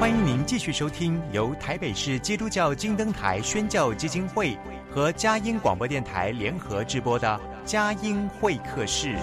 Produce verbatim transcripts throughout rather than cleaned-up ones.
欢迎您继续收听由台北市基督教金灯台宣教基金会和佳音广播电台联合制播的佳音会客室。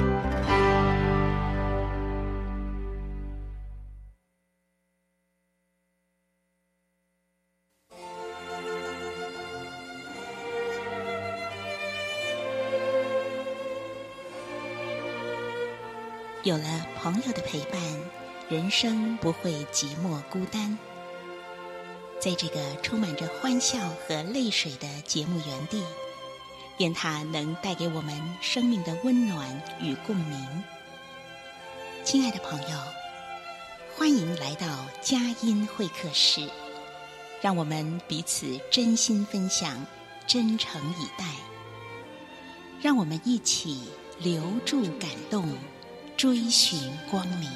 有了朋友的陪伴，人生不会寂寞孤单。在这个充满着欢笑和泪水的节目园地，愿它能带给我们生命的温暖与共鸣。亲爱的朋友，欢迎来到佳音会客室，让我们彼此真心分享，真诚以待。让我们一起留住感动，追寻光明。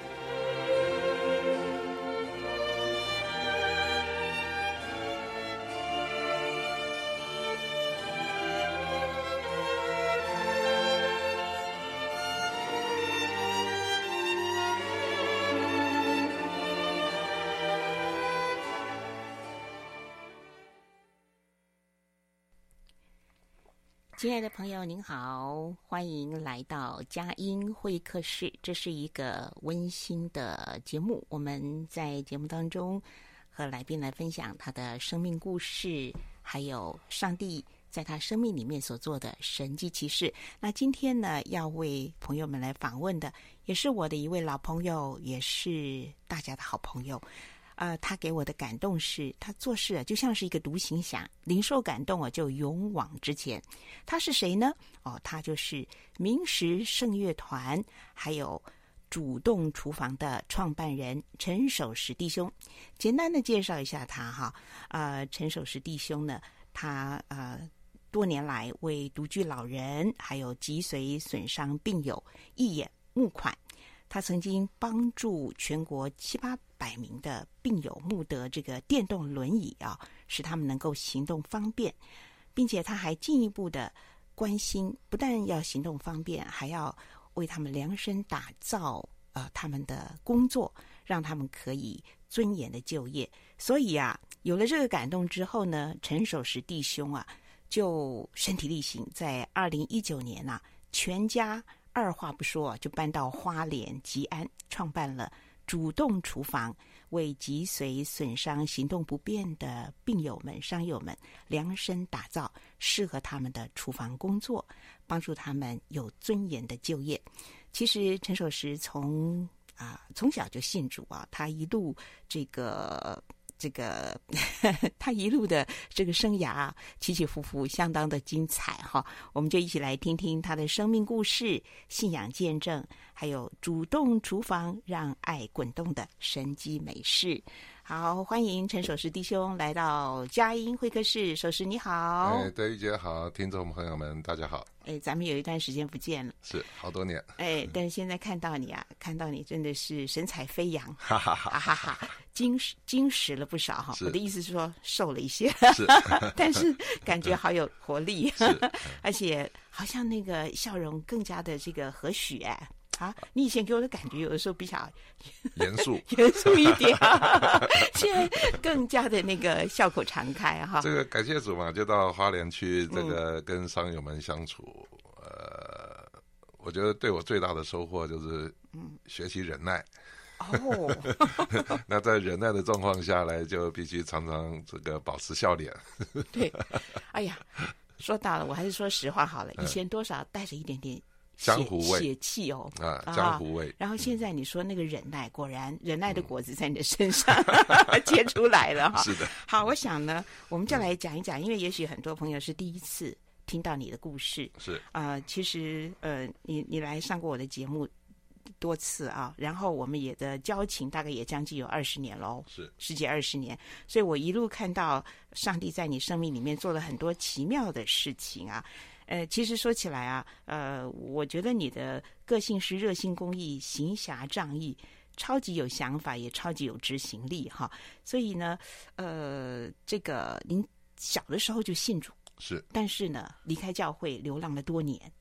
亲爱的朋友您好，欢迎来到佳音会客室。这是一个温馨的节目，我们在节目当中和来宾来分享他的生命故事，还有上帝在他生命里面所做的神迹奇事。那今天呢，要为朋友们来访问的也是我的一位老朋友，也是大家的好朋友。呃，他给我的感动是，他做事啊就像是一个独行侠，领受感动啊就勇往直前。他是谁呢？哦，他就是明石圣乐团还有主动厨房的创办人陈守时弟兄。简单的介绍一下他哈，呃，陈守时弟兄呢，他呃多年来为独居老人还有脊髓损伤病友义演募款。他曾经帮助全国七八百名的病友募得这个电动轮椅啊，使他们能够行动方便，并且他还进一步的关心，不但要行动方便，还要为他们量身打造呃他们的工作，让他们可以尊严的就业。所以啊，有了这个感动之后呢，陈守时弟兄啊就身体力行，在二零一九年啊，全家二话不说就搬到花莲吉安，创办了主动厨房，为脊髓损伤、行动不便的病友们、伤友们量身打造适合他们的厨房工作，帮助他们有尊严的就业。其实陈守时从啊从小就信主啊，他一路这个。这个他一路的这个生涯起起伏伏，相当的精彩哈。我们就一起来听听他的生命故事、信仰见证，还有主动厨房让爱滚动的神迹美事。好，欢迎陈守时弟兄来到佳音会客室。守时你好。 哎，德玉姐好，听众朋友们大家好。 哎，咱们有一段时间不见了， 是好多年。 哎，但是现在看到你啊，看到你真的是神采飞扬， 哈哈哈哈哈哈，精实精实了不少哈。我的意思是说瘦了一些， 是， 但是感觉好有活力， 是， 而且好像那个笑容更加的这个和煦哎。啊，你以前给我的感觉有的时候比较严肃严肃一点、啊、现在更加的那个笑口常开哈。 这个感谢主嘛，就到花莲去这个跟商友们相处、嗯、呃，我觉得对我最大的收获就是学习忍耐。 哦， 那在忍耐的状况下来，就必须常常这个保持笑脸。 对，哎呀，说到了，我还是说实话好了，以前多少带着一点点江湖味、 血气哦， 啊，江湖味。 然后现在你说那个忍耐，果然忍耐的果子在你的身上、嗯、结出来了哈。 是的。 好，我想呢，我们就来讲一讲，因为也许很多朋友是第一次听到你的故事。 是啊、呃，其实呃，你你来上过我的节目多次啊，然后我们也的交情大概也将近有二十年喽， 是十几二十年，所以我一路看到上帝在你生命里面做了很多奇妙的事情啊。呃，其实说起来啊，呃，我觉得你的个性是热心公益、行侠仗义，超级有想法，也超级有执行力哈。所以呢，呃，这个您小的时候就信主， 是， 但是呢，离开教会流浪了多年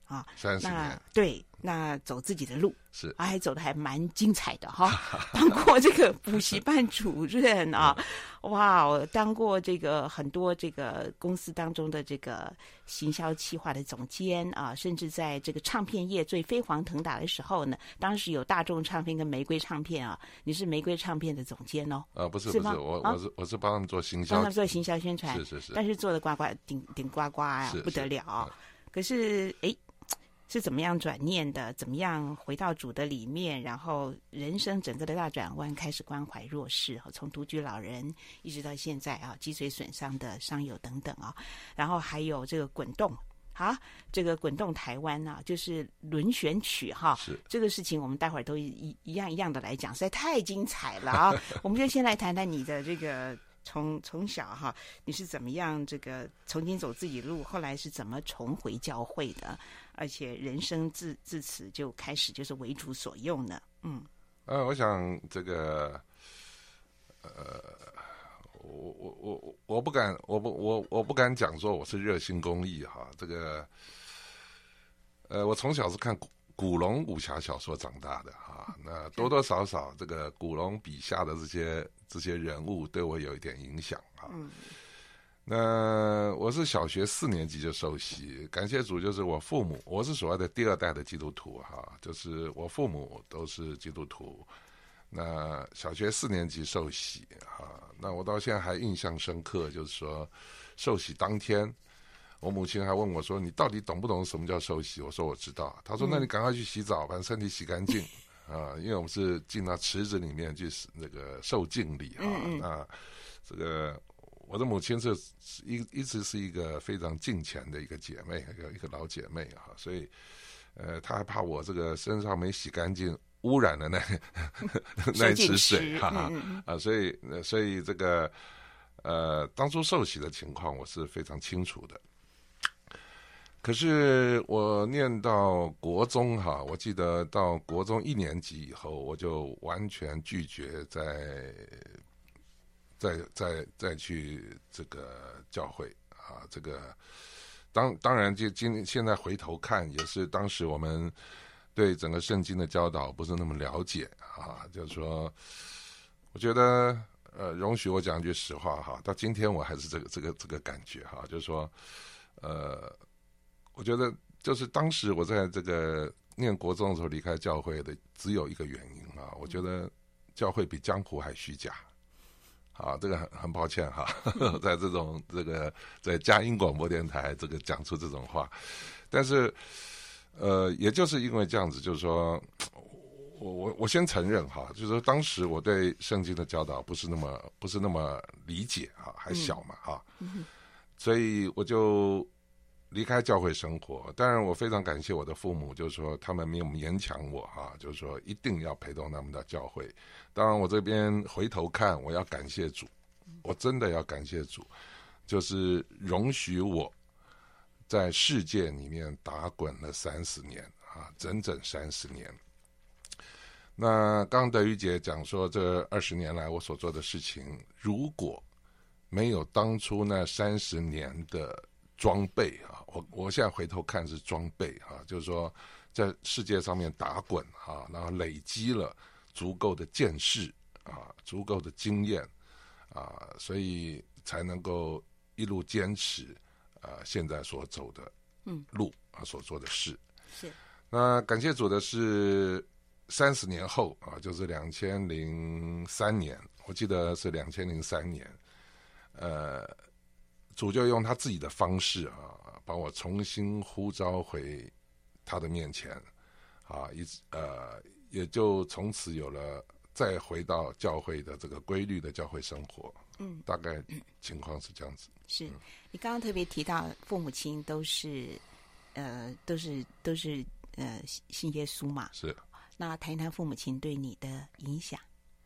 啊， 三十年， 那对，那走自己的路是， 还走得还蛮精彩的哈。当过这个补习班主任啊，哇，当过这个很多这个公司当中的这个行销企划的总监啊，甚至在这个唱片业最飞黄腾达的时候呢，当时有大众唱片跟玫瑰唱片啊，你是玫瑰唱片的总监哦。 呃，不是是吗不是，我、 啊我是我是帮他们做行销， 帮他们做行销宣传， 是是是， 但是做的呱呱顶顶呱呱啊， 是不得了、 是嗯可是哎，是怎么样转念的？怎么样回到主的里面？然后人生整个的大转弯，开始关怀弱势，从独居老人一直到现在啊，脊髓损伤的伤友等等啊，然后还有这个滚动。好，这个滚动台湾啊，就是轮选曲哈， 是这个事情，我们待会儿都一一样一样的来讲，实在太精彩了啊！我们就先来谈谈你的这个从从小哈，你是怎么样这个重新走自己路，后来是怎么重回教会的，而且人生自自此就开始就是为主所用呢？嗯， 呃，我想这个，呃。我我我我不敢，我不我我不敢讲说我是热心公益哈。这个，呃，我从小是看古古龙武侠小说长大的哈。那多多少少，这个古龙笔下的这些这些人物对我有一点影响哈。 嗯。 那我是小学四年级就受洗，感谢主，就是我父母，我是所谓的第二代的基督徒哈，就是我父母都是基督徒。那小学四年级受洗啊，那我到现在还印象深刻，就是说受洗当天，我母亲还问我说：“你到底懂不懂什么叫受洗？”我说：“我知道。”她说：“那你赶快去洗澡，把身体洗干净啊，因为我们是进到池子里面去那个受敬礼啊。 嗯嗯那这个我的母亲是一一直是一个非常敬虔的一个姐妹，一个一个老姐妹啊，所以呃，她还怕我这个身上没洗干净。污染了那那一池水哈哈、嗯、啊，所以所以这个呃，当初受洗的情况我是非常清楚的。可是我念到国中哈，我记得到国中一年级以后，我就完全拒绝再再再再去这个教会啊。这个当当然就今现在回头看，也是当时我们对整个圣经的教导不是那么了解啊，就是说，我觉得呃，容许我讲一句实话哈，到今天我还是这个这个这个感觉哈，就是说，呃，我觉得就是当时我在这个念国中的时候离开教会的，只有一个原因啊，我觉得教会比江湖还虚假。啊，这个很很抱歉哈，在这种这个在佳音广播电台这个讲出这种话，但是。呃，也就是因为这样子，就是说，我我我先承认哈，就是说当时我对圣经的教导不是那么不是那么理解哈，还小嘛哈，嗯、所以我就离开教会生活。当然，我非常感谢我的父母，就是说他们没有勉强我哈，就是说一定要陪同他们到教会。当然，我这边回头看，我要感谢主，我真的要感谢主，就是容许我。在世界里面打滚了三十年啊，整整三十年。那刚德瑜姐讲说，这二十年来我所做的事情，如果没有当初那三十年的装备啊，我我现在回头看是装备啊，就是说在世界上面打滚啊，然后累积了足够的见识啊，足够的经验啊，所以才能够一路坚持。呃，现在所走的路啊，所做的事是。 那感谢主的是，三十年后啊，就是两千零三年，我记得是两千零三年，呃，主就用他自己的方式啊，把我重新呼召回他的面前啊，一呃，也就从此有了再回到教会的这个规律的教会生活。嗯，大概情况是这样子。 是你刚刚特别提到父母亲都是呃都是都是呃信耶稣嘛， 是。 那谈一谈父母亲对你的影响。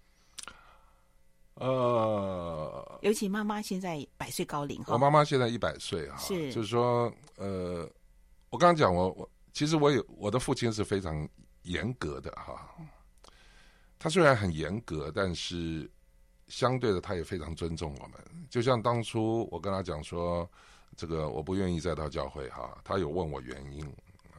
呃， 尤其妈妈现在百岁高龄， 我妈妈现在一百岁啊， 是， 就是说呃，我刚刚讲我我其实我有我的父亲是非常严格的哈，他虽然很严格，但是。相对的，他也非常尊重我们。就像当初我跟他讲说，这个我不愿意再到教会哈，他有问我原因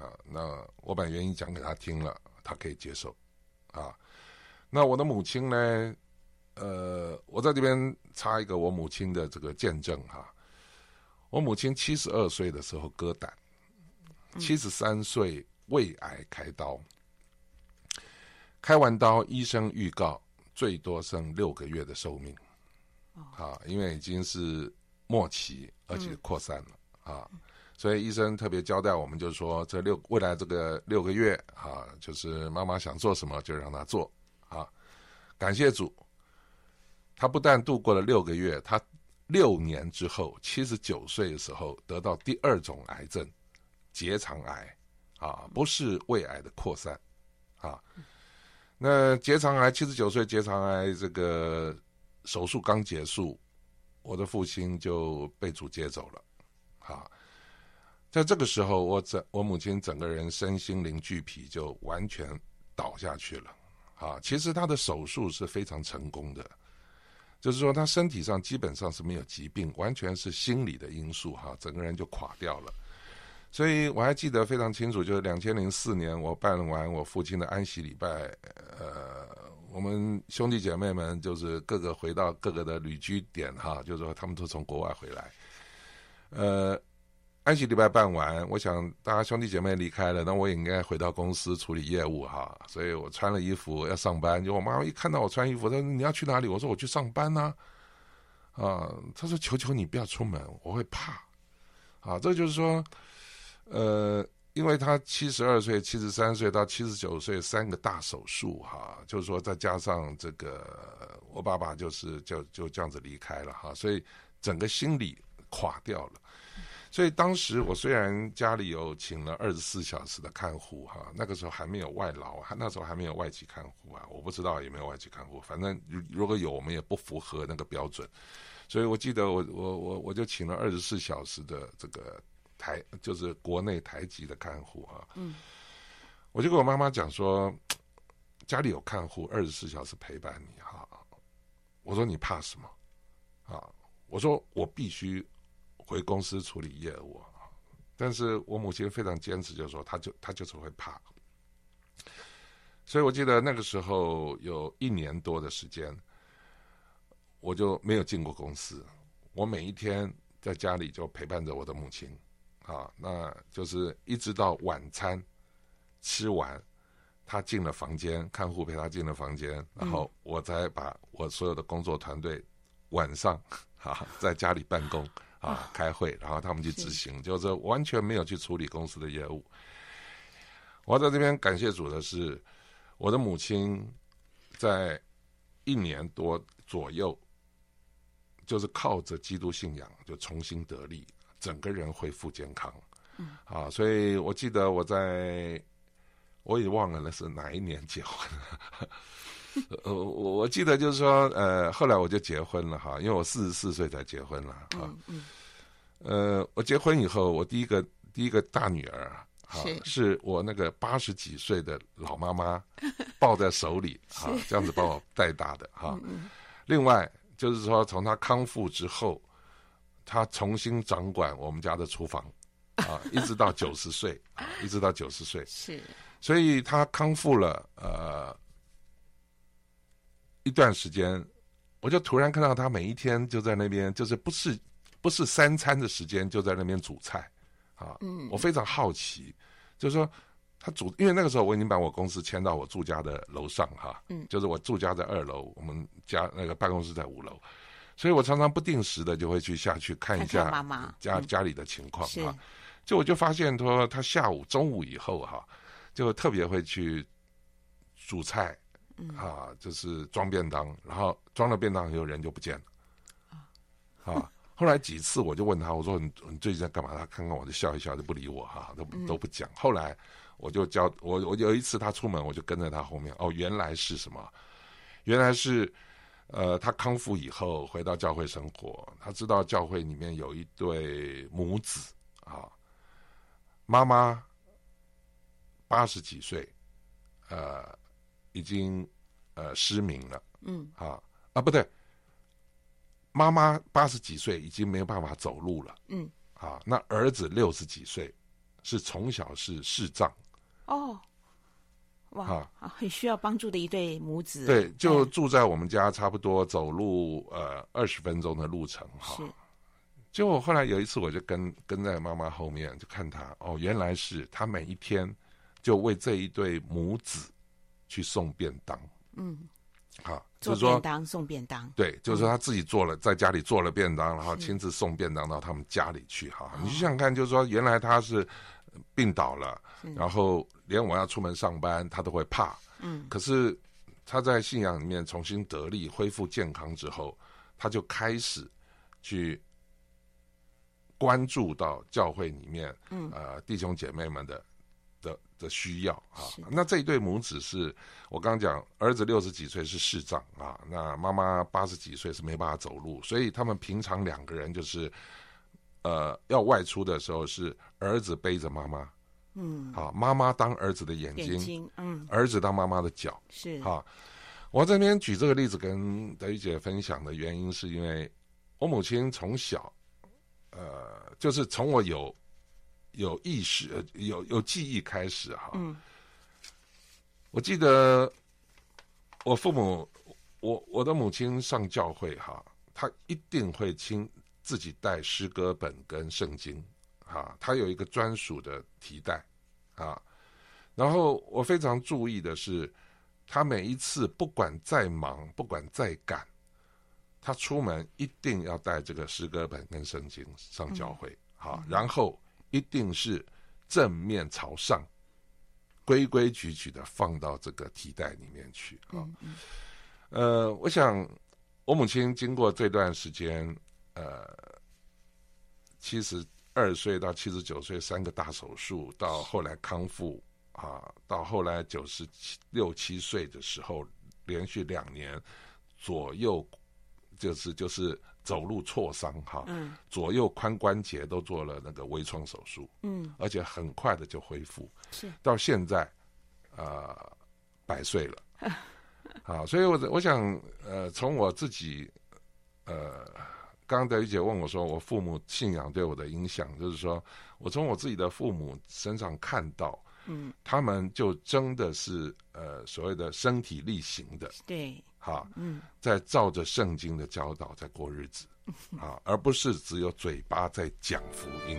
啊。那我把原因讲给他听了，他可以接受啊。那我的母亲呢？呃，我在这边插一个我母亲的这个见证哈。我母亲七十二岁的时候割胆，七十三岁胃癌开刀，开完刀医生预告最多剩六个月的寿命，啊，因为已经是末期而且扩散了啊，所以医生特别交代我们，就是说这六未来这个六个月啊，就是妈妈想做什么就让她做啊。感谢主，她不但度过了六个月，她六年之后，七十九岁的时候得到第二种癌症，结肠癌啊，不是胃癌的扩散啊。那结肠癌，七十九岁结肠癌这个手术刚结束，我的父亲就被主接走了啊。在这个时候，我整我母亲整个人身心灵俱疲，就完全倒下去了啊。其实她的手术是非常成功的。就是说他身体上基本上是没有疾病，完全是心理的因素哈，整个人就垮掉了。所以我还记得非常清楚，就是两千零四年我办完我父亲的安息礼拜，呃，我们兄弟姐妹们就是各个回到各个的旅居点哈，就是说他们都从国外回来，呃。安息礼拜办完，我想大家兄弟姐妹离开了，那我也应该回到公司处理业务哈，所以我穿了衣服要上班。就我妈妈一看到我穿衣服，她说你要去哪里？我说我去上班啊。啊，她说求求你不要出门，我会怕。啊，这就是说，呃，因为她七十二岁、七十三岁到七十九岁三个大手术哈，就是说再加上这个我爸爸就是就就这样子离开了哈，所以整个心理垮掉了。所以当时我虽然家里有请了二十四小时的看护哈，那个时候还没有外劳，那时候还没有外籍看护啊，我不知道有没有外籍看护，反正如果有我们也不符合那个标准，所以我记得我我我我就请了二十四小时的这个台，就是国内台籍的看护啊，嗯，我就跟我妈妈讲说，家里有看护二十四小时陪伴你哈，我说你怕什么啊？我说我必须回公司处理业务，但是我母亲非常坚持，就是说她就她就是会怕，所以我记得那个时候有一年多的时间，我就没有进过公司，我每一天在家里就陪伴着我的母亲，啊，那就是一直到晚餐吃完，她进了房间，看护陪她进了房间，然后我才把我所有的工作团队晚上啊在家里办公。啊，开会，然后他们去执行，就是完全没有去处理公司的业务。我在这边感谢主的是，我的母亲在一年多左右，就是靠着基督信仰就重新得力，整个人恢复健康。嗯，啊，所以我记得我在，我也忘了那是哪一年结婚了。呃，我我记得就是说，呃，后来我就结婚了哈，因为我四十四岁才结婚了哈。嗯嗯。呃，我结婚以后，我第一个第一个大女儿啊，是, 是我那个八十几岁的老妈妈抱在手里啊，这样子把我带大的哈。嗯、另外就是说，从她康复之后，她重新掌管我们家的厨房啊，一直到九十岁啊，一直到九十岁。是。所以她康复了，呃。一段时间，我就突然看到他每一天就在那边，就是不是不是三餐的时间就在那边煮菜，啊，嗯，我非常好奇，就是说他煮，因为那个时候我已经把我公司迁到我住家的楼上哈，嗯，就是我住家在二楼，我们家那个办公室在五楼，所以我常常不定时的就会去下去看一下妈妈家家里的情况哈，就我就发现说他下午中午以后哈，就特别会去煮菜。啊，就是装便当，然后装了便当以后人就不见了。啊，后来几次我就问他，我说你你最近在干嘛？他看看我就笑一笑，就不理我哈，都都不讲。后来我就教我，我有一次他出门，我就跟在他后面。哦，原来是什么？原来是呃，他康复以后回到教会生活，他知道教会里面有一对母子啊，妈妈八十几岁，呃。已经呃失明了，嗯，啊啊不对，妈妈八十几岁已经没有办法走路了，嗯，啊，那儿子六十几岁， 是从小是视障。 哦，哇，啊，很需要帮助的一对母子。 对，就住在我们家，差不多走路呃二十分钟的路程哈。是。结果后来有一次，我就跟跟在妈妈后面，就看她哦，原来是她每一天就为这一对母子去送便当。嗯，好， 做便当送便当。 对，就是说她自己做了，在家里做了便当，然后亲自送便当到他们家里去哈。你就想想看，就是说原来她是病倒了，然后连我要出门上班，她都会怕。嗯，可是她在信仰里面重新得力、恢复健康之后，她就开始去关注到教会里面，嗯，呃，弟兄姐妹们的的的需要啊。那这一对母子是我刚刚讲，儿子六十几岁是视障啊，那妈妈八十几岁是没办法走路，所以他们平常两个人就是，呃，要外出的时候是儿子背着妈妈，嗯，好，妈妈当儿子的眼睛， 眼睛，嗯， 儿子当妈妈的脚， 是好。我这边举这个例子跟德玉姐分享的原因，是因为我母亲从小。呃，就是从我有有意识、有有记忆开始哈。嗯。我记得我父母，我我的母亲上教会哈，她一定会亲自己带诗歌本跟圣经，哈，她有一个专属的提袋，啊。然后我非常注意的是，她每一次不管再忙，不管再赶。他出门一定要带这个诗歌本跟圣经上教会，好、嗯，然后一定是正面朝上，规规矩矩的放到这个提袋里面去啊、嗯嗯。呃，我想我母亲经过这段时间，呃，七十二岁到七十九岁三个大手术，到后来康复啊，到后来九十六七岁的时候，连续两年左右。就是就是走路挫伤哈，嗯，左右髋关节都做了那个微创手术，嗯，而且很快的就恢复，是到现在，呃，百岁了，好，所以我我想呃，从我自己，呃，刚刚德玉姐问我说，我父母信仰对我的影响，就是说我从我自己的父母身上看到，嗯，他们就真的是呃所谓的身体力行的， 对。 好，嗯，在照着圣经的教导在过日子，啊，而不是只有嘴巴在讲福音。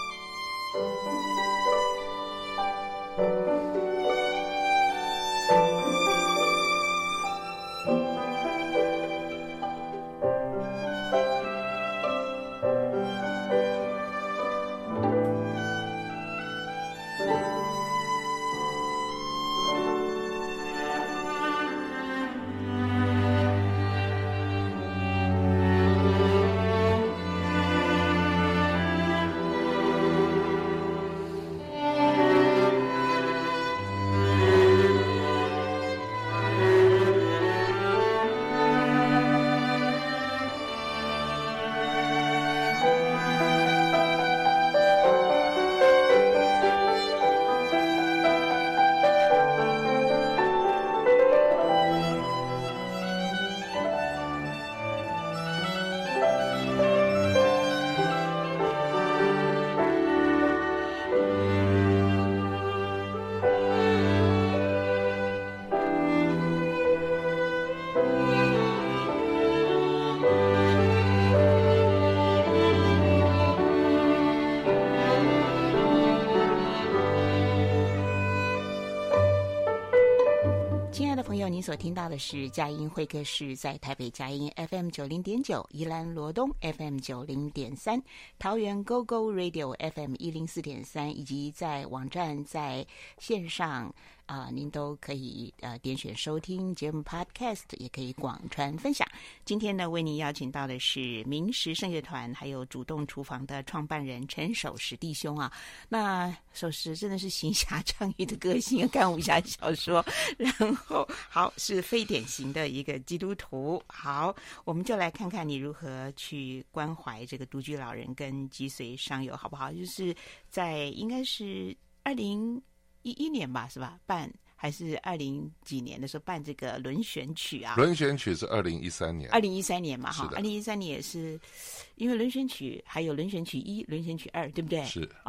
您所听到的是佳音会客室，在台北佳音 F M 九零点九，宜兰罗东 F M 九零点三，桃园 Go Go Radio F M 一零四点三，以及在网站在线上啊、呃，您都可以呃点选收听节目 Podcast， 也可以广传分享。今天呢，为您邀请到的是明时圣乐团还有主动厨房的创办人陈守时弟兄啊。那守时真的是行侠仗义的个性，看武侠小说，然后好是非典型的一个基督徒。好，我们就来看看你如何去关怀这个独居老人跟脊髓伤友，好不好？就是在应该是二零一一年吧，是吧？办还是二零几年的时候办这个轮选曲啊？ 轮选曲是二零一三年， 二零一三年嘛，哈，二零一三年也是因为轮选曲还有轮选曲一、轮选曲二，对不对？ 是啊。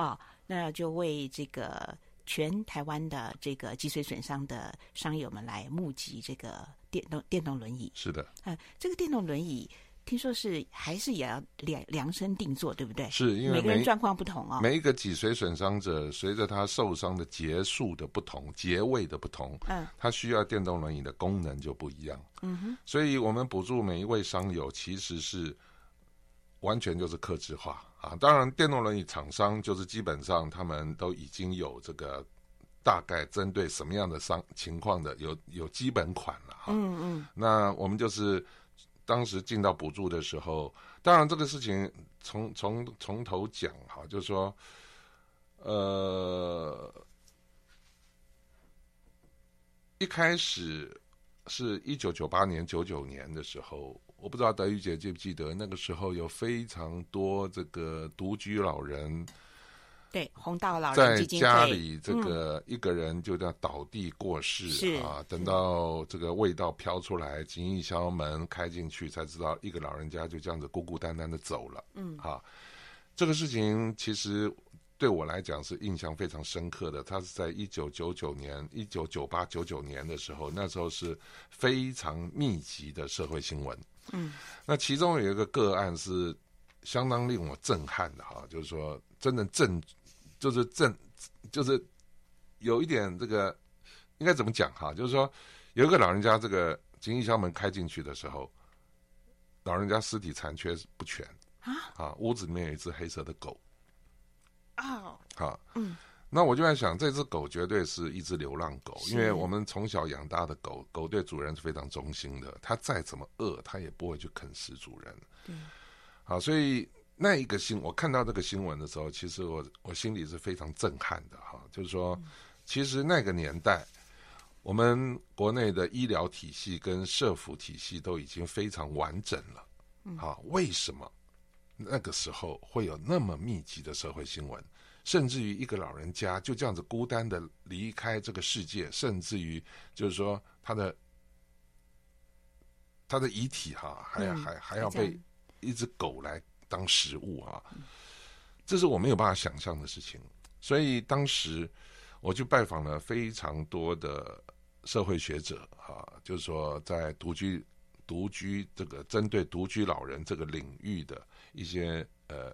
那就为这个全台湾的这个脊髓损伤的伤友们来募集这个电动电动轮椅。 是的， 呃，这个电动轮椅听说是还是也要量量身定做，对不对？ 是因为每个人状况不同哦。 每一个脊髓损伤者，随着他受伤的节数的不同、节位的不同，嗯，他需要电动轮椅的功能就不一样。嗯哼，所以我们补助每一位伤友，其实是完全就是客制化啊。当然，电动轮椅厂商就是基本上他们都已经有这个大概针对什么样的伤情况的有有基本款了哈。嗯嗯，那我们就是当时进到补助的时候，当然这个事情从从从头讲哈，就是说，呃，一开始是一九九八年、九九年的时候，我不知道德瑜姐记不记得，那个时候有非常多这个独居老人。 对，弘道老人基金会在家里这个一个人就这样倒地过世、嗯、啊，等到这个味道飘出来，警义消门开进去，才知道一个老人家就这样子孤孤单单的走了。嗯，啊，这个事情其实对我来讲是印象非常深刻的。他是在一九九九年、一九九八、九九年的时候，那时候是非常密集的社会新闻。嗯，那其中有一个个案是相当令我震撼的哈，就是说真的震。就是正，就是有一点这个应该怎么讲哈？就是说有一个老人家，这个警义消门开进去的时候，老人家尸体残缺不全啊，啊，屋子里面有一只黑色的狗啊，啊，嗯，那我就在想，这只狗绝对是一只流浪狗，因为我们从小养大的狗，狗对主人是非常忠心的，它再怎么饿，它也不会去啃食主人。对，好，所以。那一个新，我看到这个新闻的时候，其实我我心里是非常震撼的哈。就是说，其实那个年代，我们国内的医疗体系跟社福体系都已经非常完整了。啊，为什么那个时候会有那么密集的社会新闻？甚至于一个老人家就这样子孤单的离开这个世界，甚至于就是说他的他的遗体哈，还要、嗯、还还要被一只狗来。当食物啊，这是我没有办法想象的事情。所以当时我去拜访了非常多的社会学者啊，就是说在独居独居这个针对独居老人这个领域的一些呃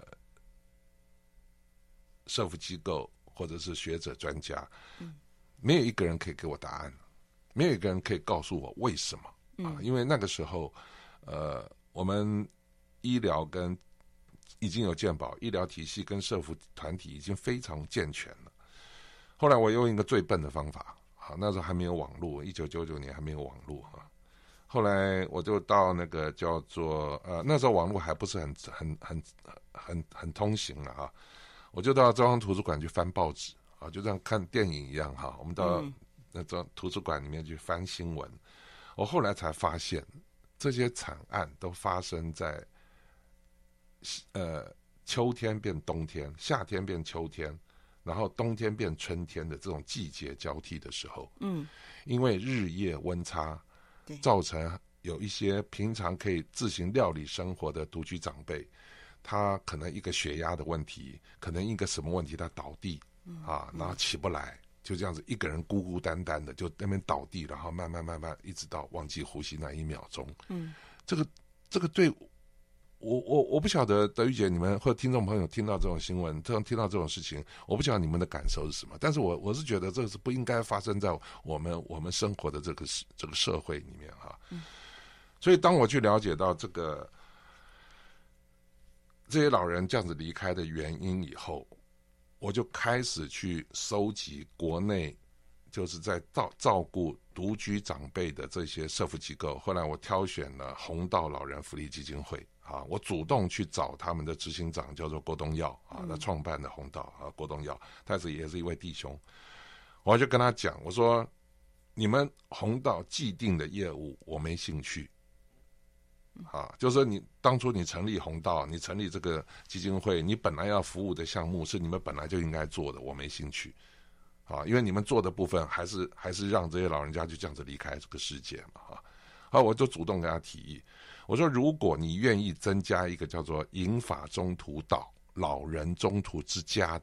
社福机构或者是学者专家，嗯，没有一个人可以给我答案，没有一个人可以告诉我为什么啊？因为那个时候呃我们医疗跟已经有健保，医疗体系跟社福团体已经非常健全了。后来我用一个最笨的方法，好，那时候还没有网络，一九九九年还没有网络啊。后来我就到那个叫做呃，那时候网络还不是很很很很很通行了啊。我就到中央图书馆去翻报纸啊，就像看电影一样哈。我们到那种图书馆里面去翻新闻，我后来才发现，这些惨案都发生在。呃，秋天变冬天，夏天变秋天，然后冬天变春天的这种季节交替的时候，嗯，因为日夜温差，造成有一些平常可以自行料理生活的独居长辈，他可能一个血压的问题，可能一个什么问题，他倒地、嗯、啊，然后起不来，就这样子一个人孤孤单单的就那边倒地，然后慢慢慢慢一直到忘记呼吸那一秒钟，嗯，这个这个对。我我我不晓得德瑜姐你们或者听众朋友听到这种新闻，这样听到这种事情，我不晓得你们的感受是什么。但是我我是觉得这个是不应该发生在我们我们生活的这个这个社会里面哈。嗯、所以当我去了解到这个这些老人这样子离开的原因以后，我就开始去收集国内就是在照照顾独居长辈的这些社福机构。后来我挑选了弘道老人福利基金会。啊，我主动去找他们的执行长，叫做郭东耀啊，他创办的弘道啊，郭东耀，他是也是一位弟兄。我就跟他讲，我说你们弘道既定的业务我没兴趣，啊，就是说你当初你成立弘道，你成立这个基金会，你本来要服务的项目是你们本来就应该做的，我没兴趣，啊，因为你们做的部分还是还是让这些老人家就这样子离开这个世界嘛，啊，好，我就主动跟他提议。我说，如果你愿意增加一个叫做银发中途岛老人中途之家的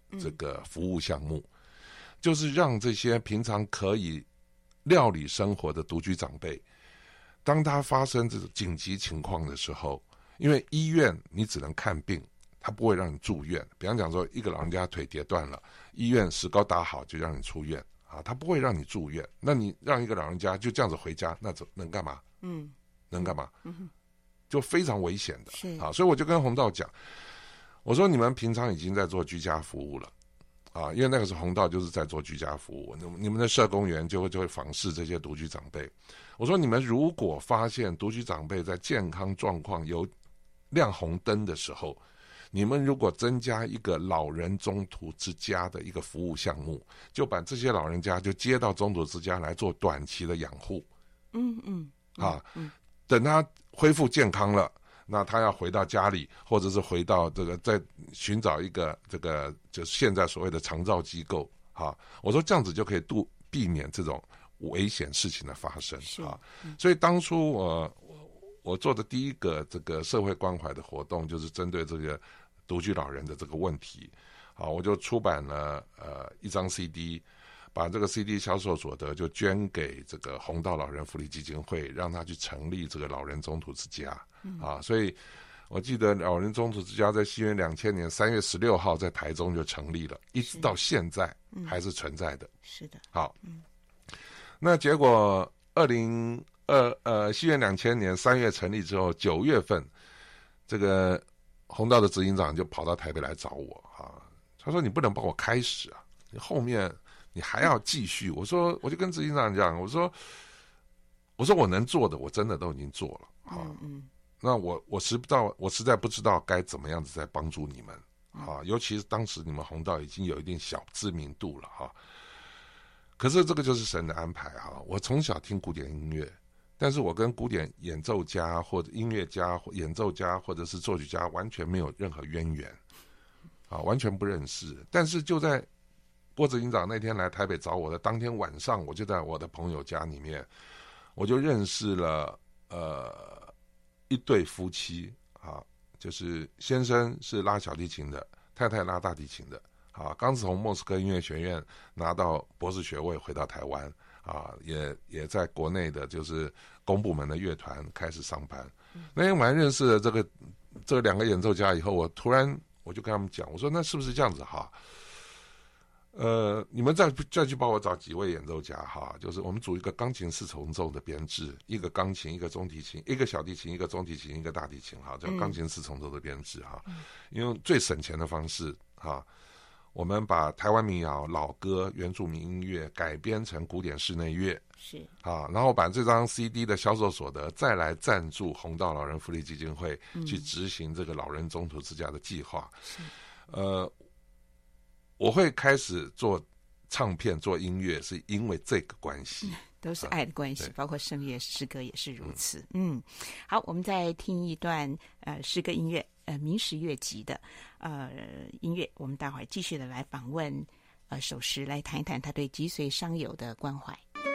这个服务项目，嗯、就是让这些平常可以料理生活的独居长辈，当他发生这种紧急情况的时候，因为医院你只能看病，他不会让你住院。比方讲说，一个老人家腿跌断了，医院石膏打好就让你出院啊，他不会让你住院。那你让一个老人家就这样子回家，那能干嘛？嗯，能干嘛？嗯，就非常危险的。是啊，所以我就跟弘道讲，我说你们平常已经在做居家服务了。啊，因为那个时候弘道就是在做居家服务，你们的社工员就会就会访视这些独居长辈。我说你们如果发现独居长辈在健康状况有亮红灯的时候，你们如果增加一个老人中途之家的一个服务项目，就把这些老人家就接到中途之家来做短期的养护。嗯嗯，啊，嗯，等他恢复健康了。那他要回到家里，或者是回到这个再寻找一个这个就是现在所谓的长照机构啊，我说这样子就可以度避免这种危险事情的发生啊。嗯、所以当初我我做的第一个这个社会关怀的活动，就是针对这个独居老人的这个问题啊，我就出版了呃一张 C D。把这个 C D 销售所得就捐给这个弘道老人福利基金会，让他去成立这个老人中途之家、嗯、啊。所以我记得老人中途之家在西元两千年三月十六号在台中就成立了，一直到现在还是存在的。是的。好，嗯、那结果二零二呃西元两千年三月成立之后，九月份这个弘道的执行长就跑到台北来找我啊，他说你不能帮我开始啊，你后面。你还要继续？我说，我就跟执行长讲，我说，我说我能做的，我真的都已经做了啊。嗯嗯。那我我实不知道，我实在不知道该怎么样子在帮助你们啊。尤其是当时你们弘道已经有一定小知名度了哈、啊。可是这个就是神的安排啊。我从小听古典音乐，但是我跟古典演奏家或者音乐家、演奏家或者是作曲家完全没有任何渊源啊，完全不认识。但是就在郭执行长那天来台北找我的当天晚上，我就在我的朋友家里面，我就认识了呃一对夫妻啊，就是先生是拉小提琴的，太太拉大提琴的啊，刚从莫斯科音乐学院拿到博士学位回到台湾啊，也也在国内的就是公部门的乐团开始上班。嗯、那天晚上认识了这个这两个演奏家以后，我突然我就跟他们讲，我说那是不是这样子哈？呃，你们再再去帮我找几位演奏家哈，就是我们组一个钢琴四重奏的编制，一个钢琴，一个中提琴，一个小提琴，一个中提琴，一个大提琴哈，叫钢琴四重奏的编制哈。嗯、因为最省钱的方式哈，我们把台湾民谣、老歌、原住民音乐改编成古典室内乐，是啊，然后把这张 C D 的销售所得再来赞助弘道老人福利基金会、嗯、去执行这个老人中途之家的计划。是，呃。我会开始做唱片、做音乐，是因为这个关系，嗯、 都是爱的关系，啊、包括声乐、诗歌也是如此。嗯，嗯好，我们再听一段呃诗歌音乐，呃民时乐集的呃音乐，我们待会儿继续的来访问呃守时，来谈一谈他对脊髓伤友的关怀。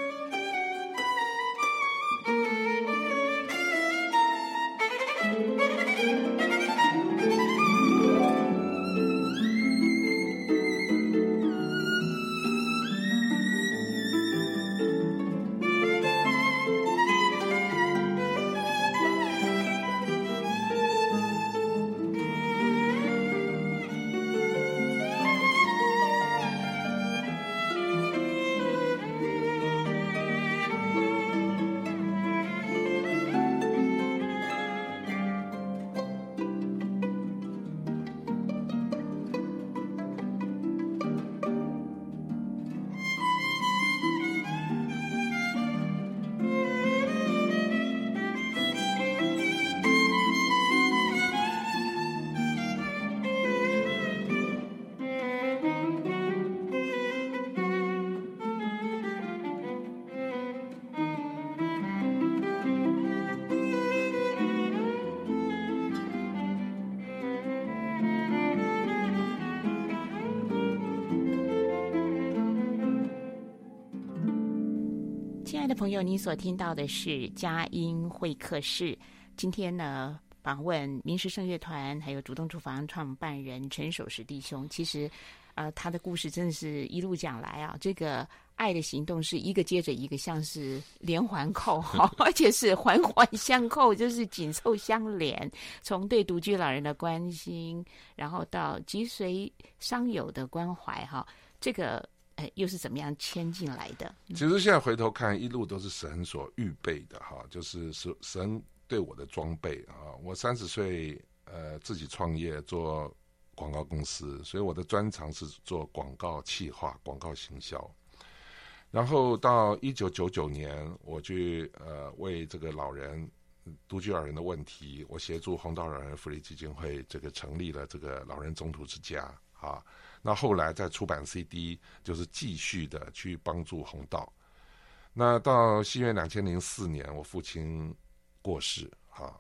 亲爱的朋友，您所听到的是佳音会客室。今天呢，访问民时圣乐团还有主动厨房创办人陈守时弟兄。其实呃，他的故事真的是一路讲来啊，这个爱的行动是一个接着一个，像是连环扣哈，而且是环环相扣，就是紧凑相连。从对独居老人的关心，然后到脊髓伤友的关怀哈，这个呃又是怎么样牵进来的？ 其实现在回头看，一路都是神所预备的哈，就是神对我的装备啊。我三十岁呃自己创业做广告公司，所以我的专长是做广告企划、广告行销。然后到一九九九年，我去呃为这个老人独居老人的问题，我协助弘道老人福利基金会这个成立了这个老人中途之家啊。那后来再出版 C D， 就是继续的去帮助弘道。那到西元两千零四年，我父亲过世啊，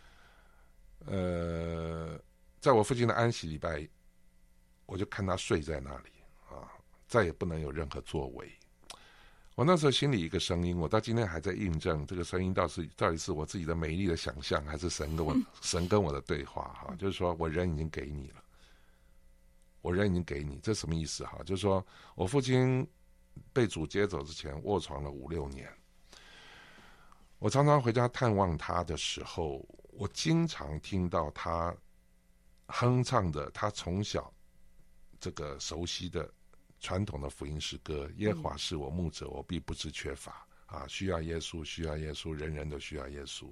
呃。在我父亲的安息礼拜，我就看他睡在那里啊，再也不能有任何作为。我那时候心里一个声音，我到今天还在印证这个声音，到底是到底是我自己的美丽的想象，还是神跟我神跟我的对话哈？就是说我人已经给你了，我人已经给你，这什么意思哈？就是说我父亲被主接走之前卧床了五六年，我常常回家探望他的时候，我经常听到他哼唱的他从小这个熟悉的传统的福音诗歌，耶和华是我牧者，我必不致缺乏啊！需要耶稣，需要耶稣，人人都需要耶稣。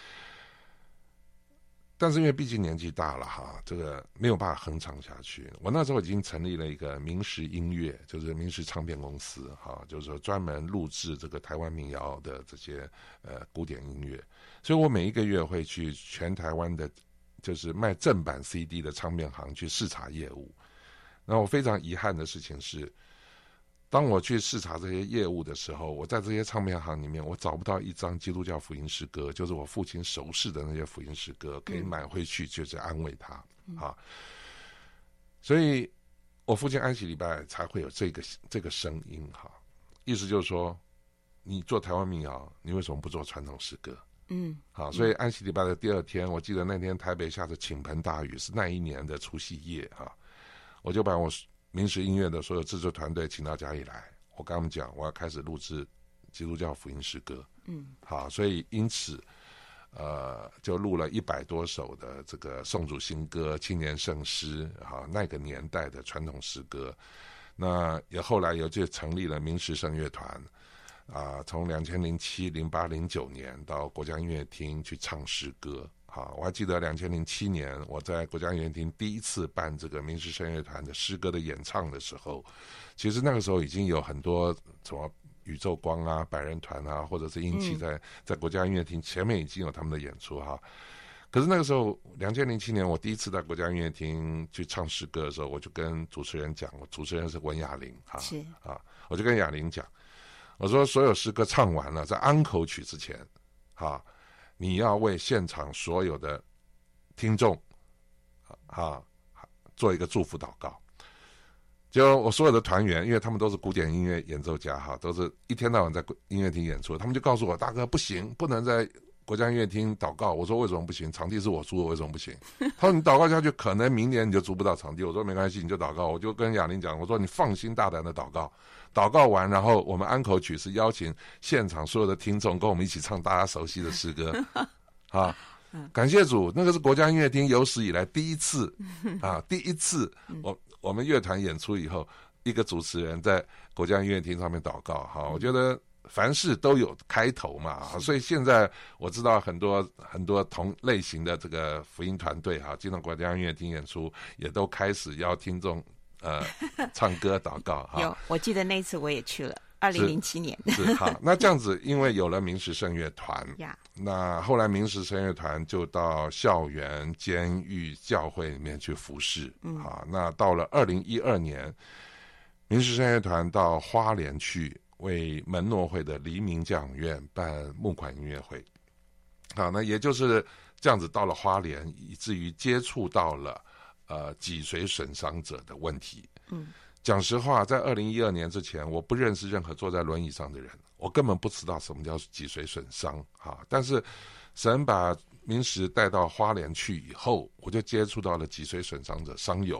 但是因为毕竟年纪大了哈，这个没有办法哼唱下去。我那时候已经成立了一个民时音乐，就是民时唱片公司哈，就是说专门录制这个台湾民谣的这些呃古典音乐。所以我每一个月会去全台湾的就是卖正版 C D 的唱片行去视察业务。那我非常遗憾的事情是，当我去视察这些业务的时候，我在这些唱片行里面，我找不到一张基督教福音诗歌，就是我父亲熟识的那些福音诗歌，可以买回去就是安慰他、嗯、啊。所以我父亲安息礼拜才会有这个这个声音哈，意思就是说，你做台湾民谣，你为什么不做传统诗歌？嗯，好，所以安息礼拜的第二天，我记得那天台北下着倾盆大雨，是那一年的除夕夜啊，我就把我民时音乐的所有制作团队请到家里来，我跟他们讲，我要开始录制基督教福音诗歌。嗯，好，所以因此，呃，就录了一百多首的这个颂主新歌、青年圣诗，好，那个年代的传统诗歌。那也后来又就成立了民时圣乐团。啊，从两千零七、零八、零九年到国家音乐厅去唱诗歌，好，我还记得两千零七年我在国家音乐厅第一次办这个民时圣乐团的诗歌的演唱的时候，其实那个时候已经有很多什么宇宙光啊、百人团啊，或者是音器在、嗯、在国家音乐厅前面已经有他们的演出哈。可是那个时候，两千零七年我第一次在国家音乐厅去唱诗歌的时候，我就跟主持人讲，我主持人是文雅玲哈，是啊，我就跟雅玲讲。我说所有诗歌唱完了，在安口曲之前，哈，你要为现场所有的听众，哈，做一个祝福祷告。就我所有的团员，因为他们都是古典音乐演奏家，哈，都是一天到晚在音乐厅演出，他们就告诉我，大哥不行，不能在国家音乐厅祷告。我说为什么不行？场地是我租的，为什么不行？他说你祷告下去，可能明年你就租不到场地。我说没关系，你就祷告。我就跟雅玲讲，我说你放心大胆的祷告。祷告完，然后我们安口曲是邀请现场所有的听众跟我们一起唱大家熟悉的诗歌，啊，感谢主，那个是国家音乐厅有史以来第一次啊，第一次我我们乐团演出以后，一个主持人在国家音乐厅上面祷告，哈，我觉得凡事都有开头嘛，所以现在我知道很多很多同类型的这个福音团队哈，进到国家音乐厅演出，也都开始邀听众。呃，唱歌祷告哈， 有，我记得那一次我也去了，二零零七年是好。那这样子，因为有了民时圣乐团，那后来民时圣乐团就到校园、监狱、教会里面去服侍，嗯，好。那到了二零一二年，民时圣乐团到花莲去为门诺会的黎明教养院办募款音乐会，好，那也就是这样子到了花莲，以至于接触到了。呃，脊髓损伤者的问题。嗯，讲实话，在二零一二年之前，我不认识任何坐在轮椅上的人，我根本不知道什么叫脊髓损伤啊。但是，神把民时带到花莲去以后，我就接触到了脊髓损伤者伤友，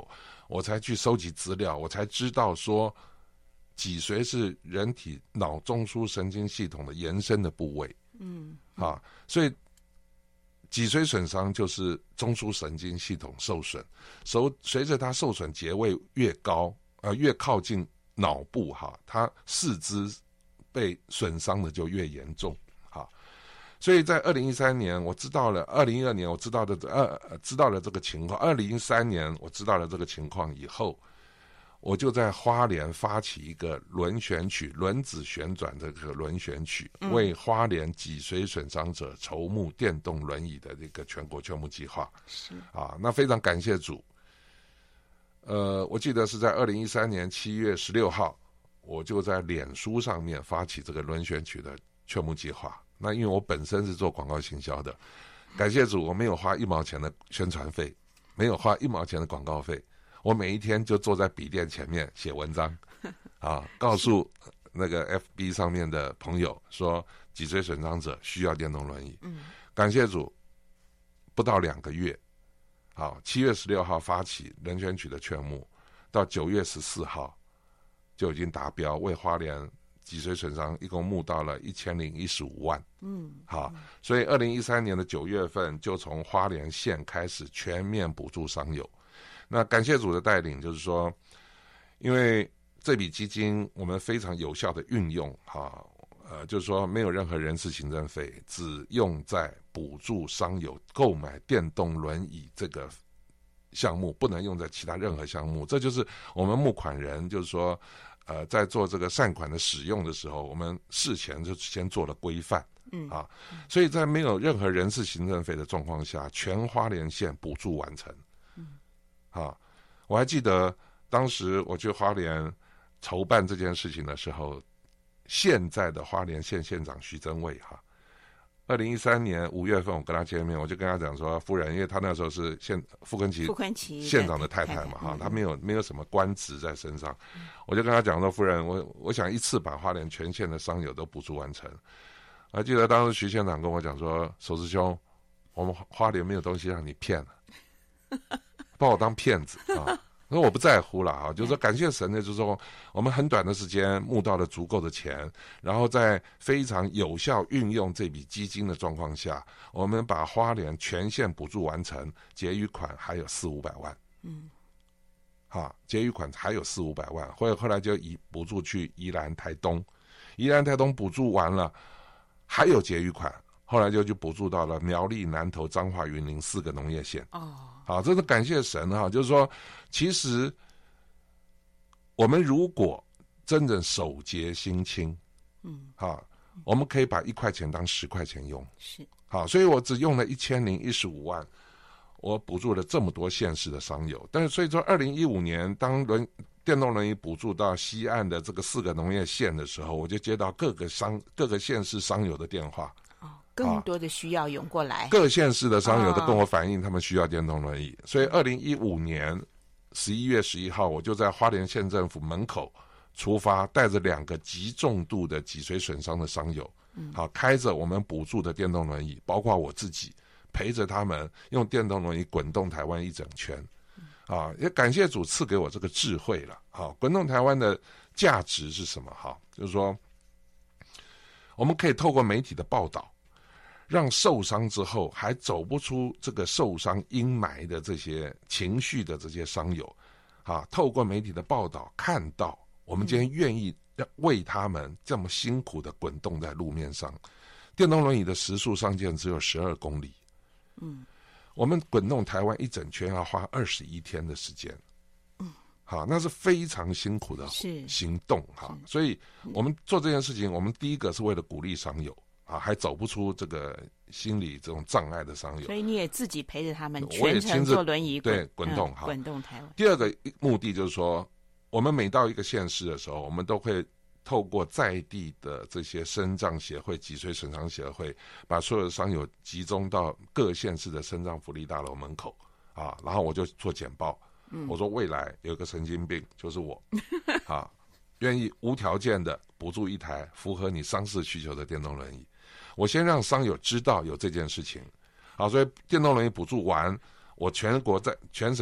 我才去收集资料，我才知道说脊髓是人体脑中枢神经系统的延伸的部位。嗯，啊，所以脊髓损伤就是中枢神经系统受损，随随着它受损节位越高，呃，越靠近脑部哈，它四肢被损伤的就越严重。哈，所以在二零一三年我知道了，二零一二年我知道的呃知道了这个情况，二零一三年我知道了这个情况以后，我就在花莲发起一个轮旋曲，轮子旋转的这个轮旋曲，嗯、为花莲脊髓损伤者筹募电动轮椅的这个全国劝募计划。是啊，那非常感谢主。呃，我记得是在二零一三年七月十六号，我就在脸书上面发起这个轮旋曲的劝募计划。那因为我本身是做广告行销的，感谢主，我没有花一毛钱的宣传费，没有花一毛钱的广告费。我每一天就坐在笔电前面写文章，啊，告诉那个 F B 上面的朋友说，脊髓损伤者需要电动轮椅。嗯，感谢主，不到两个月，好，七月十六号发起人选曲的劝募，到九月十四号就已经达标，为花莲脊髓损伤一共募到了一千零一十五万。嗯，好，所以二零一三年的九月份就从花莲县开始全面补助伤友。那感谢主的带领，就是说，因为这笔基金我们非常有效的运用，哈，呃，就是说没有任何人事行政费，只用在补助商友购买电动轮椅这个项目，不能用在其他任何项目。这就是我们募款人，就是说，呃，在做这个善款的使用的时候，我们事前就先做了规范。嗯啊，所以在没有任何人事行政费的状况下，全花莲县补助完成。啊，我还记得当时我去花莲筹办这件事情的时候，现在的花莲县县长徐增卫哈，二零一三年五月份我跟他见面，我就跟他讲说，夫人，因为他那时候是县傅昆萁傅昆萁县长的太太嘛哈，他没有没有什么官职在身上，嗯、我就跟他讲说，夫人，我我想一次把花莲全县的商友都补助完成。我还记得当时徐县长跟我讲说，守师兄，我们花莲没有东西让你骗了。把我当骗子啊！那我不在乎了啊，就是说感谢神呢，就是说我们很短的时间募到了足够的钱，然后在非常有效运用这笔基金的状况下，我们把花莲全县补助完成，结余款还有四五百万。嗯，啊，结余款还有四五百万，后后来就以补助去宜兰、台东，宜兰、台东补助完了，还有结余款。后来就去补助到了苗栗、南投、彰化、云林四个农业县。哦，好，这是感谢神哈，就是说，其实我们如果真正手洁心清，嗯，好，我们可以把一块钱当十块钱用。是，好，所以我只用了一千零一十五万，我补助了这么多县市的商友。但是，所以说，二零一五年当轮电动轮椅补助到西岸的这个四个农业县的时候，我就接到各个商各个县市商友的电话。 更多的需要涌过来， 啊、各县市的商友都跟我反映，他们需要电动轮椅。哦、所以，二零一五年十一月十一号，我就在花莲县政府门口出发，带着两个极重度的脊髓损伤的商友，嗯、好，开着我们补助的电动轮椅，包括我自己，陪着他们用电动轮椅滚动台湾一整圈。啊，也感谢主赐给我这个智慧了。好，滚动台湾的价值是什么？哈，就是说，我们可以透过媒体的报道，让受伤之后还走不出这个受伤阴霾的这些情绪的这些伤友，啊，透过媒体的报道看到，我们今天愿意为他们这么辛苦的滚动在路面上。电动轮椅的时速上限只有十二公里，嗯，我们滚动台湾一整圈要花二十一天的时间，嗯，好，那是非常辛苦的行动哈。所以我们做这件事情，我们第一个是为了鼓励伤友。啊，还走不出这个心理这种障碍的伤友， 所以你也自己陪着他们全程坐轮椅对滚动哈、嗯， 滚动台湾。 第二个目的就是说，我们每到一个县市的时候，我们都会透过在地的这些身障协会、脊髓损伤协会，把所有的伤友集中到各县市的身障福利大楼门口啊，然后我就做简报，嗯、我说未来有个神经病就是我啊，愿意无条件的补助一台符合你伤势需求的电动轮椅。我先让商友知道有这件事情，好，所以电动轮椅补助完，我全国在全省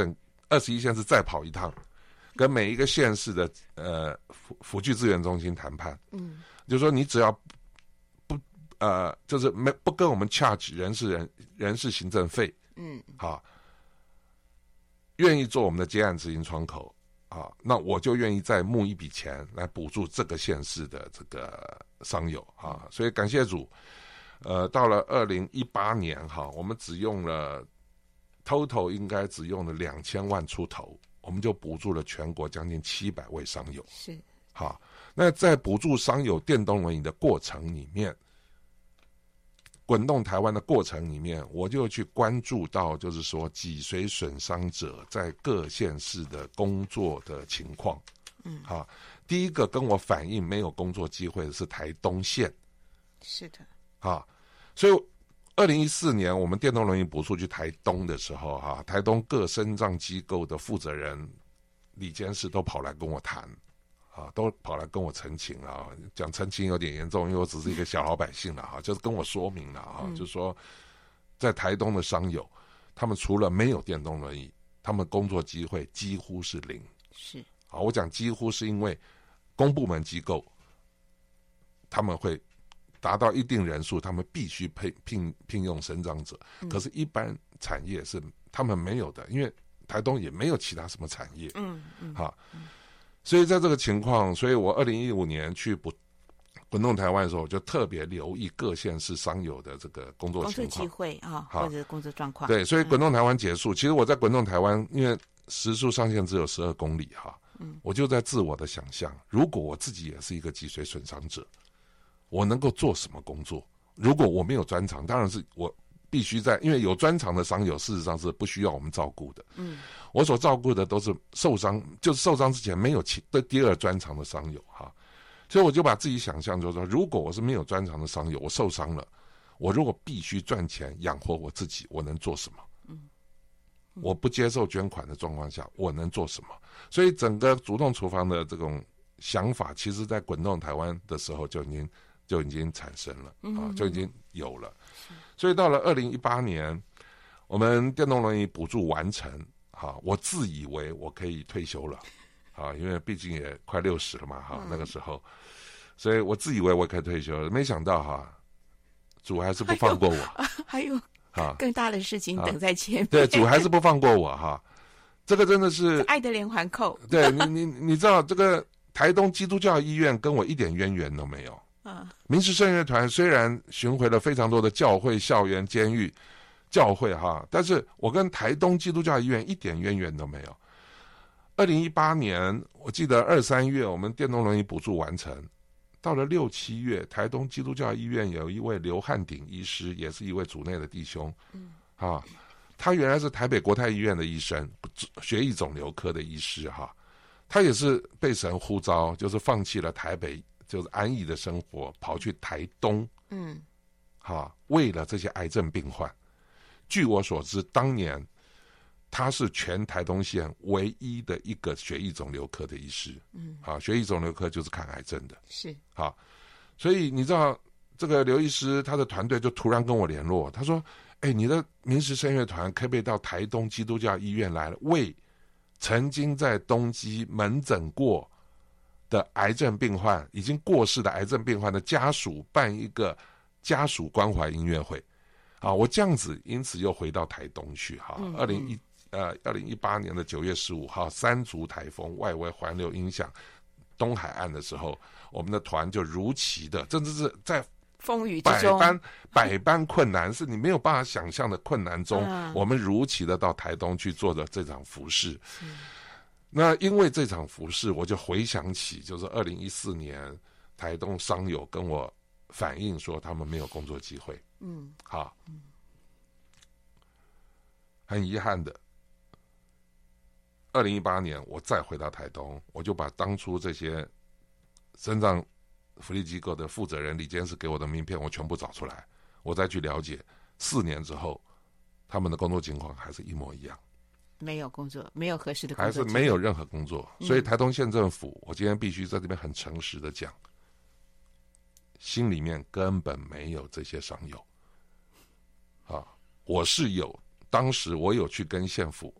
二十一县市再跑一趟，跟每一个县市的呃辅辅具资源中心谈判。嗯，就是说你只要不呃，就是没不跟我们 charge 人事人人事行政费，嗯，好，愿意做我们的接案执行窗口。啊，那我就愿意再募一笔钱来补助这个县市的这个商友啊，所以感谢主，呃，到了二零一八年哈，我们只用了 total 应该只用了两千万出头，我们就补助了全国将近七百位商友。 是， 好，那在补助商友电动轮椅的过程里面，滚动台湾的过程里面，我就去关注到，就是说脊髓损伤者在各县市的工作的情况。嗯，好，第一个跟我反映没有工作机会的是台东县。 是的， 啊，所以二零一四年我们电动轮椅补助去台东的时候，哈、啊，台东各身障机构的负责人、理监事都跑来跟我谈。啊，都跑来跟我澄清啊，讲澄清有点严重，因为我只是一个小老百姓了哈、啊，就是跟我说明了啊，嗯、就是说，在台东的商友，他们除了没有电动轮椅，他们工作机会几乎是零。 是啊，我讲几乎是因为公部门机构，他们会达到一定人数，他们必须聘聘聘用身障者，嗯、可是，一般产业是他们没有的，因为台东也没有其他什么产业。嗯嗯，好。嗯所以在这个情况，所以我二零一五年去不滚动台湾的时候，我就特别留意各县市商友的这个工作情况、 工作机会啊，或者工作状况。 对，所以滚动台湾结束，嗯、其实我在滚动台湾，因为时速上限只有十二公里哈，嗯，我就在自我的想象，如果我自己也是一个脊髓损伤者，我能够做什么工作？如果我没有专长，当然是我必须在，因为有专长的商友事实上是不需要我们照顾的。嗯，我所照顾的都是受伤，就是受伤之前没有其的第二专长的商友哈，所以我就把自己想象就是说，如果我是没有专长的商友，我受伤了，我如果必须赚钱养活我自己，我能做什么？嗯，我不接受捐款的状况下，我能做什么？所以整个主动厨房的这种想法，其实在滚动台湾的时候就已经就已经产生了啊，就已经有了。所以到了二零一八年，我们电动轮椅补助完成，哈，我自以为我可以退休了，啊，因为毕竟也快六十了嘛，哈，那个时候，所以我自以为我可以退休了，没想到哈，主还是不放过我， 还有啊更大的事情等在前面， 对，主还是不放过我哈，这个真的是爱的连环扣， 对你你你知道这个台东基督教医院跟我一点渊源都没有。啊，民事圣乐团虽然巡回了非常多的教会、校园、监狱、教会哈，但是我跟台东基督教医院一点渊源都没有。二零一八年，我记得二三月我们电动轮椅补助完成，到了六七月，台东基督教医院有一位刘汉鼎医师，也是一位组内的弟兄，嗯，啊，他原来是台北国泰医院的医生，血液肿瘤科的医师哈，他也是被神呼召，就是放弃了台北。就是安逸的生活，跑去台东，嗯，哈，为了这些癌症病患。据我所知，当年他是全台东县唯一的一个血液肿瘤科的医师，嗯，啊，血液肿瘤科就是看癌症的， 是， 好，所以你知道这个刘医师他的团队就突然跟我联络，他说：“哎，你的民事声乐团可不可以到台东基督教医院来了，为曾经在东基门诊过的癌症病患，已经过世的癌症病患的家属办一个家属关怀音乐会，啊，我这样子，因此又回到台东去哈。二零一呃二零一八年的九月十五号，三足台风外围环流影响东海岸的时候，我们的团就如期的，甚至是在风雨之中， 百般百般困难，是你没有办法想象的困难中，嗯、我们如期的到台东去做的这场服事。那因为这场服事，我就回想起，就是二零一四年台东商友跟我反映说，他们没有工作机会。嗯，好，嗯，很遗憾的，二零一八年我再回到台东，我就把当初这些身障福利机构的负责人、理监事给我的名片，我全部找出来，我再去了解，四年之后，他们的工作情况还是一模一样。 没有工作，没有合适的工作， 还是没有任何工作。所以台东县政府，我今天必须在这边很诚实的讲，心里面根本没有这些商友。啊，我是有，当时我有去跟县府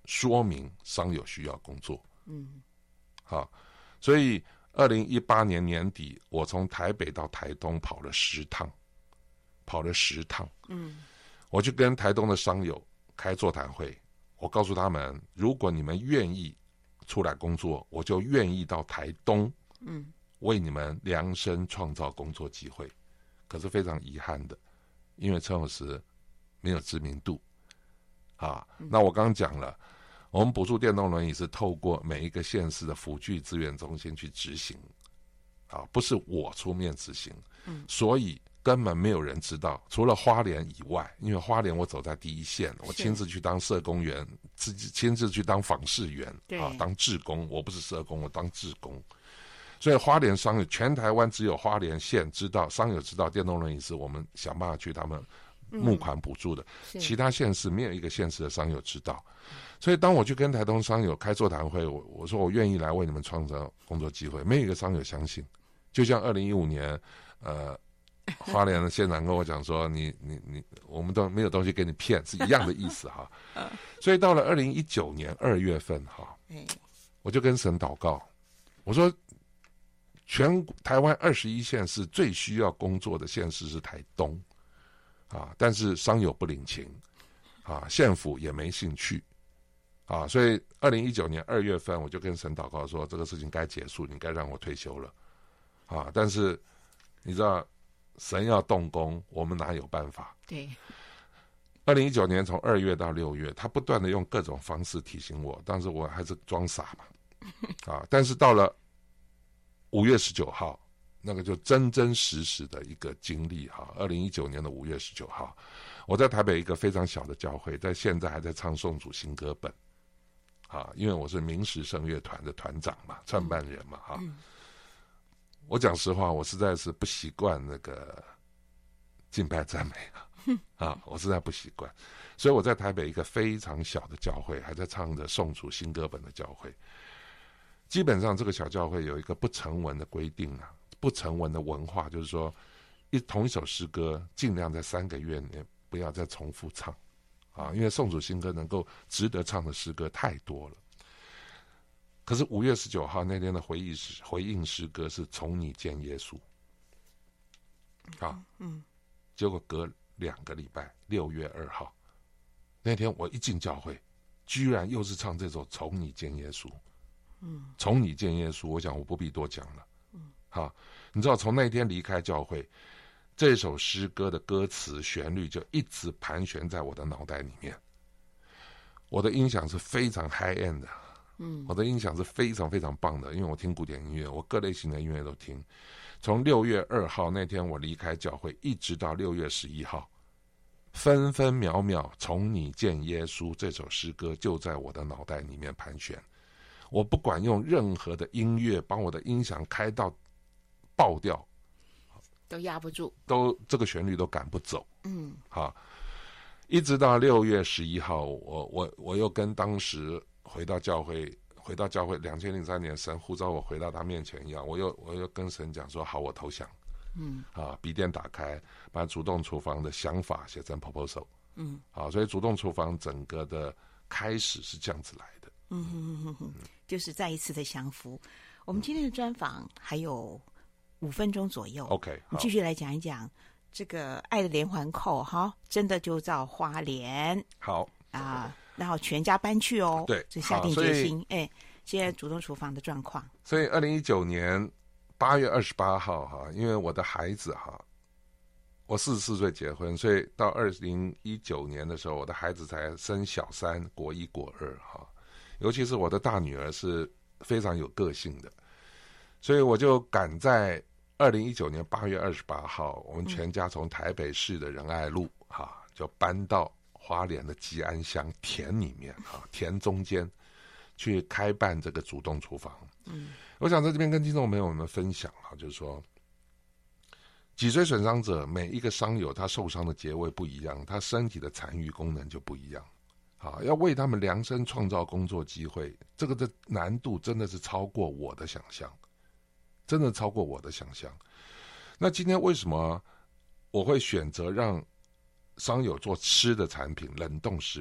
说明商友需要工作。 嗯， 好，所以二零一八年年底，我从台北到台东跑了十趟，跑了十趟。 嗯， 我去跟台东的商友开座谈会，我告诉他们，如果你们愿意出来工作，我就愿意到台东， 嗯， 为你们量身创造工作机会。可是非常遗憾的，因为陈老师没有知名度啊。那我刚刚讲了，我们补助电动轮椅是透过每一个县市的辅具资源中心去执行，啊，不是我出面执行， 嗯， 所以根本没有人知道，除了花莲以外，因为花莲我走在第一线，我亲自去当社工员，自己亲自去当访视员，啊，当志工，我不是社工，我当志工。所以花莲商友，全台湾只有花莲县知道，商友知道电动轮椅是我们想办法去他们募款补助的，嗯、其他县市没有一个县市的商友知道。所以当我去跟台东商友开座谈会，我我说我愿意来为你们创造工作机会，没有一个商友相信。就像二零一五年，呃，花莲的县长跟我讲说，你你你，我们都没有东西给你骗，是一样的意思哈。所以到了二零一九年二月份哈，我就跟神祷告，我说。全台湾二十一县市最需要工作的县市是台东，啊，但是商友不领情，啊，县府也没兴趣，啊，所以二零一九年二月份我就跟神祷告说，这个事情该结束，你该让我退休了，啊，但是你知道神要动工，我们哪有办法？ 对。 二零一九年从二月到六月，他不断的用各种方式提醒我，但是我还是装傻嘛，啊，但是到了五月十九号，那个就真真实实的一个经历哈。二零一九年的五月十九号，我在台北一个非常小的教会，在现在还在唱颂主新歌本，啊，因为我是明石圣乐团的团长嘛，创办人嘛哈。嗯、我讲实话，我实在是不习惯那个敬拜赞美啊，啊，我实在不习惯，所以我在台北一个非常小的教会，还在唱着颂主新歌本的教会。基本上这个小教会有一个不成文的规定啊，不成文的文化，就是说一同一首诗歌尽量在三个月内不要再重复唱啊，因为颂主新歌能够值得唱的诗歌太多了。可是五月十九号那天的回忆诗回应诗歌是从你见耶稣啊，嗯，结果隔两个礼拜六月二号那天我一进教会，居然又是唱这首从你见耶稣。嗯，从你见耶稣，我想我不必多讲了。嗯，好，你知道从那天离开教会，这首诗歌的歌词旋律就一直盘旋在我的脑袋里面。我的音响是非常 high end 的，嗯，我的音响是非常非常棒的，因为我听古典音乐，我各类型的音乐都听。从六月二号那天我离开教会，一直到六月十一号，分分秒秒从你见耶稣这首诗歌就在我的脑袋里面盘旋。我不管用任何的音乐把我的音响开到爆掉， 都压不住， 都这个旋律都赶不走。嗯，好，一直到六月十一号，我我我又跟当时回到教会，回到教会两千零三年神呼召我回到他面前一样，我又我又跟神讲说，好，我投降。嗯，啊，笔电打开，把主动厨房的想法写成 proposal。嗯，好，所以主动厨房整个的开始是这样子来的。 嗯哼哼哼，就是再一次的降服。我们今天的专访还有五分钟左右 ，OK， 你继续来讲一讲这个爱的连环扣哈，真的就到花莲， 好啊，然后全家搬去哦， 对， 就下定决心，哎，现在主动厨房的状况。 所以二零一九年八月二十八号哈，因为我的孩子哈，我四十四岁结婚，所以到二零一九年的时候，我的孩子才升小三，国一国二哈。尤其是我的大女儿是非常有个性的，所以我就赶在二零一九年八月二十八号，我们全家从台北市的仁爱路哈、啊，就搬到花莲的吉安乡田里面啊，田中间去开办这个主动厨房。嗯，我想在这边跟听众朋友们分享啊，就是说，脊椎损伤者每一个伤友他受伤的节位不一样，他身体的残余功能就不一样。啊，要为他们量身创造工作机会，这个的难度真的是超过我的想象，真的超过我的想象。那今天为什么我会选择让商友做吃的产品、冷冻食品？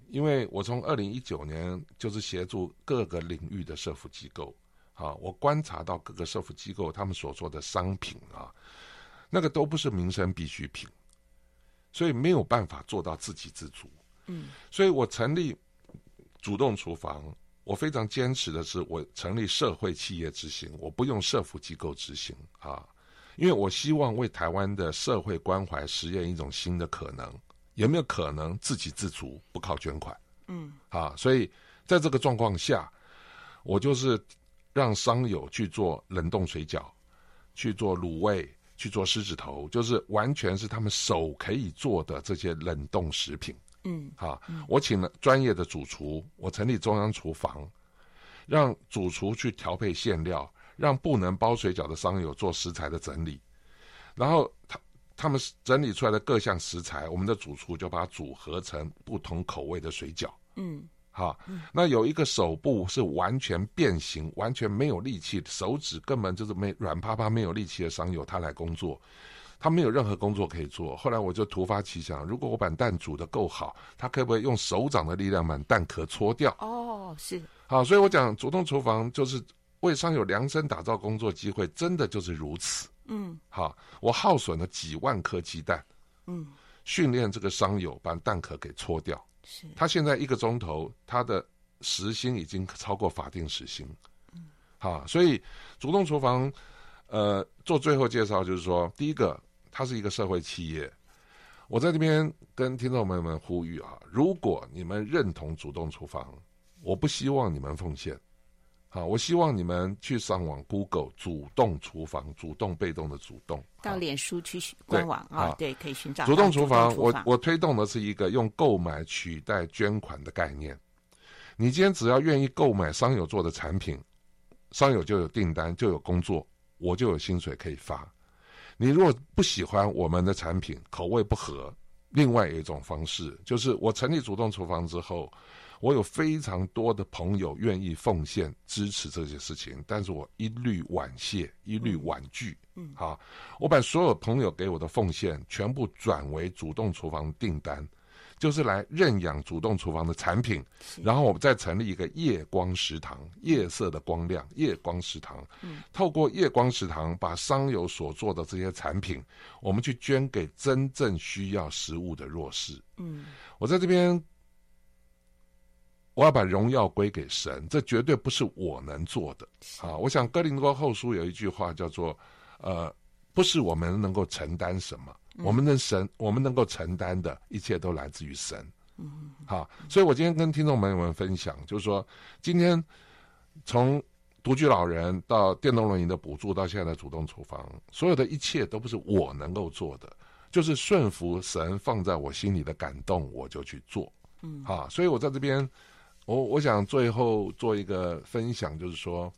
因为我从二零一九年就是协助各个领域的社福机构啊，我观察到各个社福机构他们所做的商品啊，那个都不是民生必需品，所以没有办法做到自给自足。 嗯， 所以我成立主动厨房，我非常坚持的是，我成立社会企业执行，我不用社福机构执行啊，因为我希望为台湾的社会关怀实验一种新的可能。有没有可能自给自足，不靠捐款？ 嗯， 啊，所以在这个状况下，我就是让商友去做冷冻水饺，去做卤味，去做狮子头，就是完全是他们手可以做的这些冷冻食品。 嗯， 啊，我请了专业的主厨，我成立中央厨房，让主厨去调配馅料，让不能包水饺的商友做食材的整理，然后他。他们整理出来的各项食材，我们的主厨就把它组合成不同口味的水饺。 嗯， 好，那有一个手部是完全变形、完全没有力气，手指根本就是没软趴趴、没有力气的商友，他来工作，他没有任何工作可以做。后来我就突发奇想，如果我把蛋煮得够好，他可不可以用手掌的力量把蛋壳搓掉？ 哦，是。 好，所以我讲主动厨房就是为商友量身打造工作机会，真的就是如此。 嗯， 好，我耗损了几万颗鸡蛋， 嗯， 训练这个商友把蛋壳给搓掉。 是， 他现在一个钟头，他的时薪已经超过法定时薪。嗯，好，所以主动厨房，呃，做最后介绍就是说，第一个，它是一个社会企业。我在这边跟听众朋友们呼吁啊，如果你们认同主动厨房，我不希望你们奉献。好，我希望你们去上网 Google 主动厨房，主动被动的主动， 到脸书去官网啊，对，可以寻找主动厨房。 我我推动的是一个用购买取代捐款的概念。你今天只要愿意购买商友做的产品，商友就有订单，就有工作，我就有薪水可以发。你如果不喜欢我们的产品，口味不合，另外有一种方式，就是我成立主动厨房之后，我有非常多的朋友愿意奉献支持这些事情，但是我一律婉谢，一律婉拒。嗯，好，我把所有朋友给我的奉献全部转为主动厨房订单，就是来认养主动厨房的产品，然后我们再成立一个夜光食堂，夜色的光亮，夜光食堂。嗯，透过夜光食堂，把商友所做的这些产品，我们去捐给真正需要食物的弱势。嗯，我在这边。我要把荣耀归给神，这绝对不是我能做的啊！我想哥林多后书有一句话叫做，呃，不是我们能够承担什么，嗯、我们的神，我们能够承担的一切都来自于神。嗯，好，所以我今天跟听众朋友们分享，就是说，今天从独居老人到电动轮椅的补助，到现在的主动厨房，所有的一切都不是我能够做的，就是顺服神放在我心里的感动，我就去做。嗯，好，所以我在这边。我我想最后做一个分享，就是说，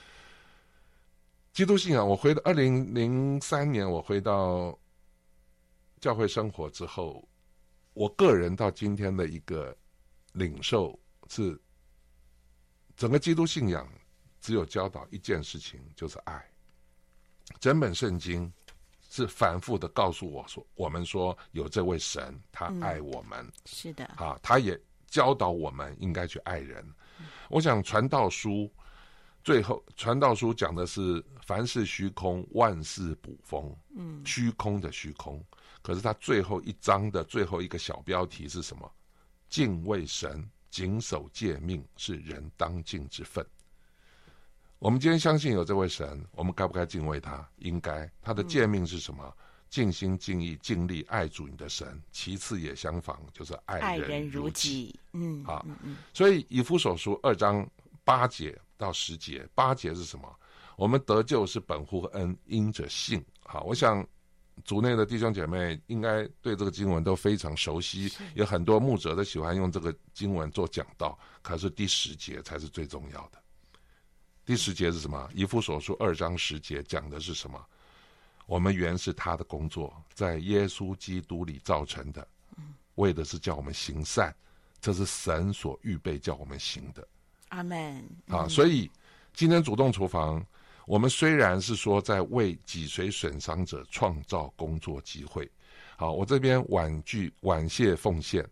基督信仰。我回到二零零三年，我回到教会生活之后，我个人到今天的一个领受是，整个基督信仰只有教导一件事情，就是爱。整本圣经是反复的告诉我说，我们说有这位神，他爱我们，嗯、 是的， 啊，他也。教导我们应该去爱人。我想传道书最后传道书讲的是凡事虚空，万事补风。嗯，虚空的虚空。可是他最后一章的最后一个小标题是什么？敬畏神，谨守诫命，是人当尽之分。我们今天相信有这位神，我们该不该敬畏他？应该。他的诫命是什么？嗯，尽心尽意尽力爱主你的神，其次也相仿，就是爱人如己。嗯，好，嗯嗯。所以以弗所书二章八节到十节，八节是什么？我们得救是本乎恩，因着信。好，我想族内的弟兄姐妹应该对这个经文都非常熟悉，有很多牧者都喜欢用这个经文做讲道，可是第十节才是最重要的。第十节是什么？以弗所书二章十节讲的是什么？我们原是他的工作，在耶稣基督里造成的，为的是叫我们行善，这是神所预备叫我们行的。 阿们。 啊，所以今天主动厨房，我们虽然是说在为脊髓损伤者创造工作机会，好，我这边婉拒婉谢奉献，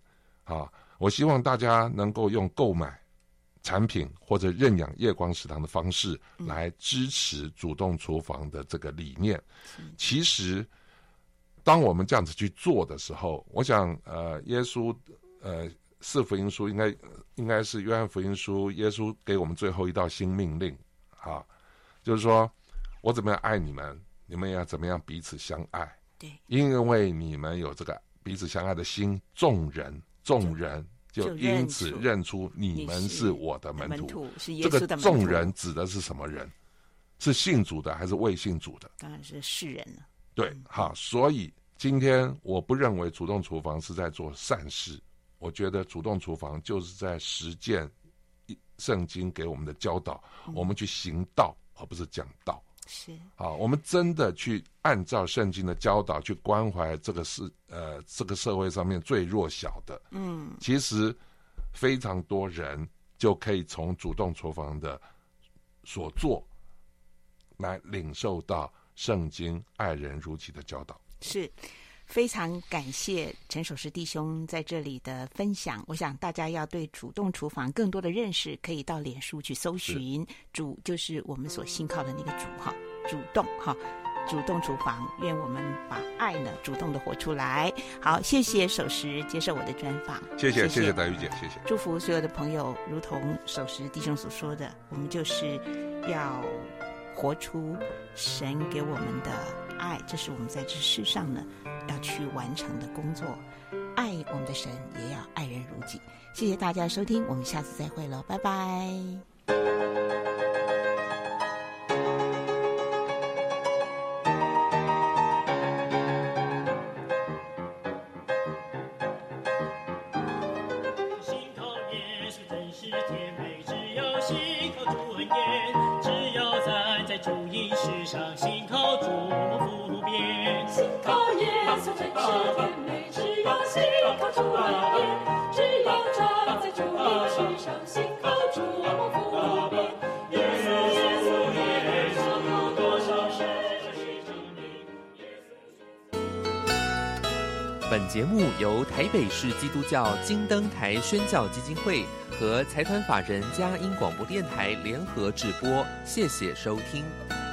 啊，我希望大家能够用购买产品或者认养夜光食堂的方式来支持主动厨房的这个理念。其实当我们这样子去做的时候，我想呃，耶稣呃四福音书应该应该是约翰福音书，耶稣给我们最后一道新命令啊，就是说我怎么样爱你们，你们也要怎么样彼此相爱。 对， 因为你们有这个彼此相爱的心，众人众人就因此认出你们是我的门徒。这个众人指的是什么人？是信主的还是未信主的？ 当然是世人了。 对，好，所以今天我不认为主动厨房是在做善事，我觉得主动厨房就是在实践圣经给我们的教导，嗯、我们去行道，而不是讲道。 是， 好，我们真的去按照圣经的教导去关怀这个是呃这个社会上面最弱小的。嗯，其实非常多人就可以从主动厨房的所做来领受到圣经爱人如己的教导。 是。非常感谢陈守时弟兄在这里的分享，我想大家要对主动厨房更多的认识，可以到脸书去搜寻，主就是我们所信靠的那个主哈，主动哈，主动厨房，愿我们把爱呢主动的活出来。好，谢谢守时接受我的专访， 谢谢谢谢黛玉姐，谢谢。 祝福所有的朋友，如同守时弟兄所说的，我们就是要活出神给我们的爱，这是我们在这世上呢要去完成的工作。爱我们的神，也要爱人如己。谢谢大家收听，我们下次再会了，拜拜。 本节目由台北市基督教金灯台宣教基金会和财团法人佳音广播电台联合制播，谢谢收听。